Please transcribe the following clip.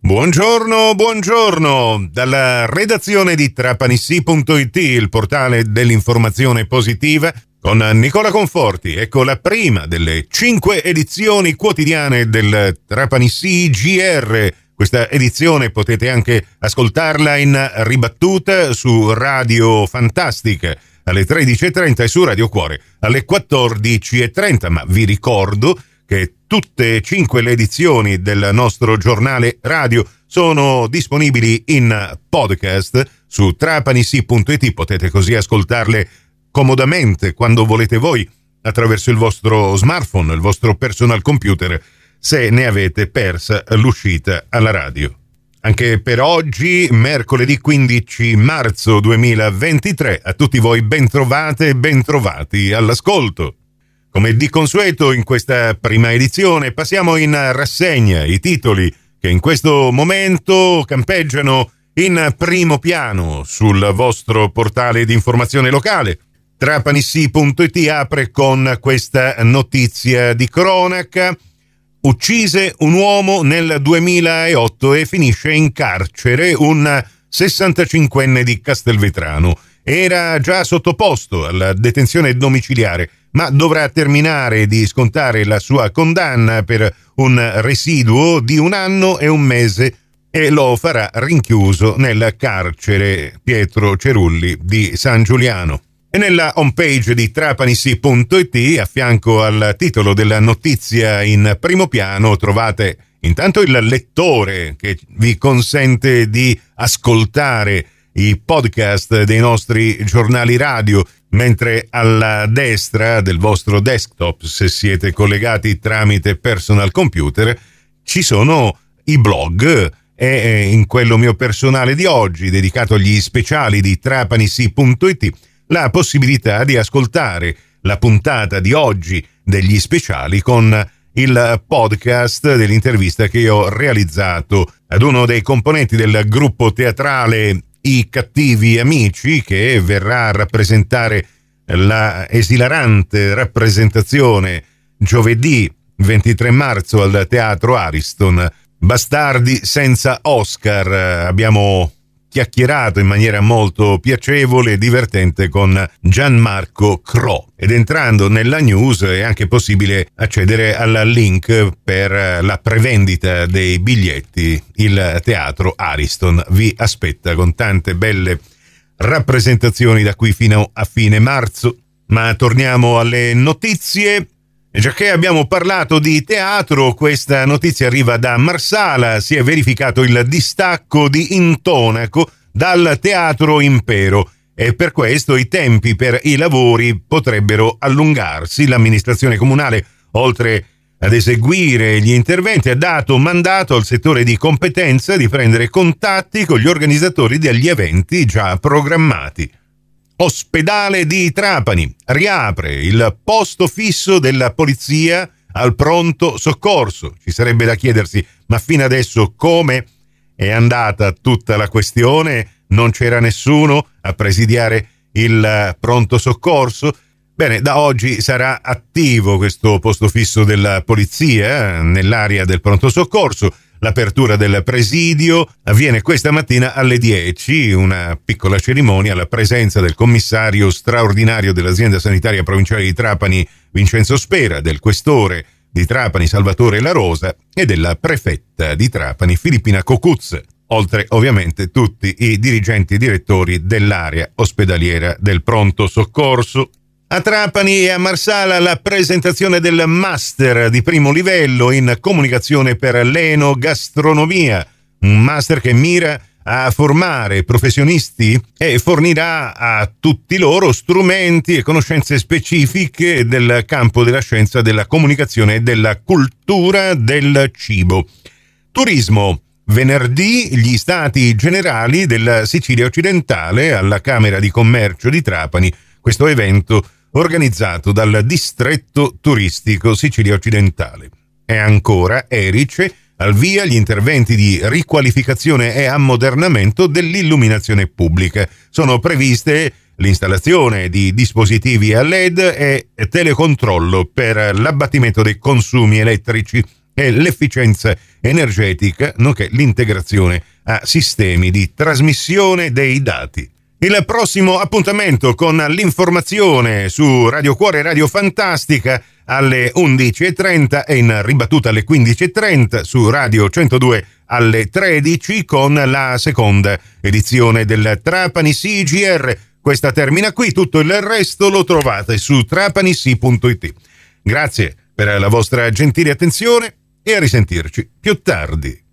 Buongiorno, buongiorno. Dalla redazione di TrapaniSì.it, il portale dell'informazione positiva, con Nicola Conforti. Ecco la prima delle 5 edizioni quotidiane del TrapaniSì GR. Questa edizione potete anche ascoltarla in ribattuta su Radio Fantastica alle 13.30 e su Radio Cuore alle 14.30, ma vi ricordo che tutte e 5 le edizioni del nostro giornale radio sono disponibili in podcast su TrapaniSì.it. Potete così ascoltarle comodamente quando volete voi attraverso il vostro smartphone, il vostro personal computer, se ne avete persa l'uscita alla radio. Anche per oggi, mercoledì 15 marzo 2023, a tutti voi bentrovate e bentrovati all'ascolto. Come di consueto in questa prima edizione passiamo in rassegna i titoli che in questo momento campeggiano in primo piano sul vostro portale di informazione locale. TrapaniSì.it apre con questa notizia di cronaca. Uccise un uomo nel 2008 e finisce in carcere un 65enne di Castelvetrano. Era già sottoposto alla detenzione domiciliare, ma dovrà terminare di scontare la sua condanna per un residuo di 1 anno e 1 mese e lo farà rinchiuso nel carcere Pietro Cerulli di San Giuliano. E nella homepage di TrapaniSì.it, a fianco al titolo della notizia in primo piano, trovate intanto il lettore che vi consente di ascoltare i podcast dei nostri giornali radio, mentre alla destra del vostro desktop, se siete collegati tramite personal computer, ci sono i blog e in quello mio personale di oggi, dedicato agli speciali di TrapaniSì.it, la possibilità di ascoltare la puntata di oggi degli speciali con il podcast dell'intervista che ho realizzato ad uno dei componenti del gruppo teatrale I Cattivi Amici, che verrà a rappresentare la esilarante rappresentazione giovedì 23 marzo al Teatro Ariston, Bastardi senza Oscar. Abbiamo chiacchierato in maniera molto piacevole e divertente con Gianmarco Cro, ed entrando nella news è anche possibile accedere al link per la prevendita dei biglietti. Il Teatro Ariston vi aspetta con tante belle rappresentazioni da qui fino a fine marzo. Ma torniamo alle notizie. E già che abbiamo parlato di teatro, questa notizia arriva da Marsala. Si è verificato il distacco di Intonaco dal Teatro Impero e per questo i tempi per i lavori potrebbero allungarsi. L'amministrazione comunale, oltre ad eseguire gli interventi, ha dato mandato al settore di competenza di prendere contatti con gli organizzatori degli eventi già programmati. Ospedale di Trapani riapre il posto fisso della polizia al pronto soccorso. Ci sarebbe da chiedersi, ma fino adesso come è andata tutta la questione? Non c'era nessuno a presidiare il pronto soccorso? Bene, da oggi sarà attivo questo posto fisso della polizia nell'area del pronto soccorso. L'apertura del presidio avviene questa mattina alle 10, una piccola cerimonia alla presenza del commissario straordinario dell'azienda sanitaria provinciale di Trapani Vincenzo Spera, del questore di Trapani Salvatore La Rosa e della prefetta di Trapani Filippina Cocuz, oltre ovviamente tutti i dirigenti e direttori dell'area ospedaliera del pronto soccorso. A Trapani e a Marsala la presentazione del master di primo livello in comunicazione per l'enogastronomia, un master che mira a formare professionisti e fornirà a tutti loro strumenti e conoscenze specifiche del campo della scienza della comunicazione e della cultura del cibo. Turismo. Venerdì gli stati generali della Sicilia occidentale alla Camera di Commercio di Trapani. Questo evento organizzato dal distretto turistico Sicilia occidentale. E ancora Erice, al via gli interventi di riqualificazione e ammodernamento dell'illuminazione pubblica. Sono previste l'installazione di dispositivi a LED e telecontrollo per l'abbattimento dei consumi elettrici. e l'efficienza energetica, nonché l'integrazione a sistemi di trasmissione dei dati. Il prossimo appuntamento con l'informazione su Radio Cuore e Radio Fantastica alle 11.30 e in ribattuta alle 15.30 su Radio 102 alle 13 con la seconda edizione del Trapani CGR. Questa termina qui, tutto il resto lo trovate su trapanissi.it. Grazie per la vostra gentile attenzione e a risentirci più tardi.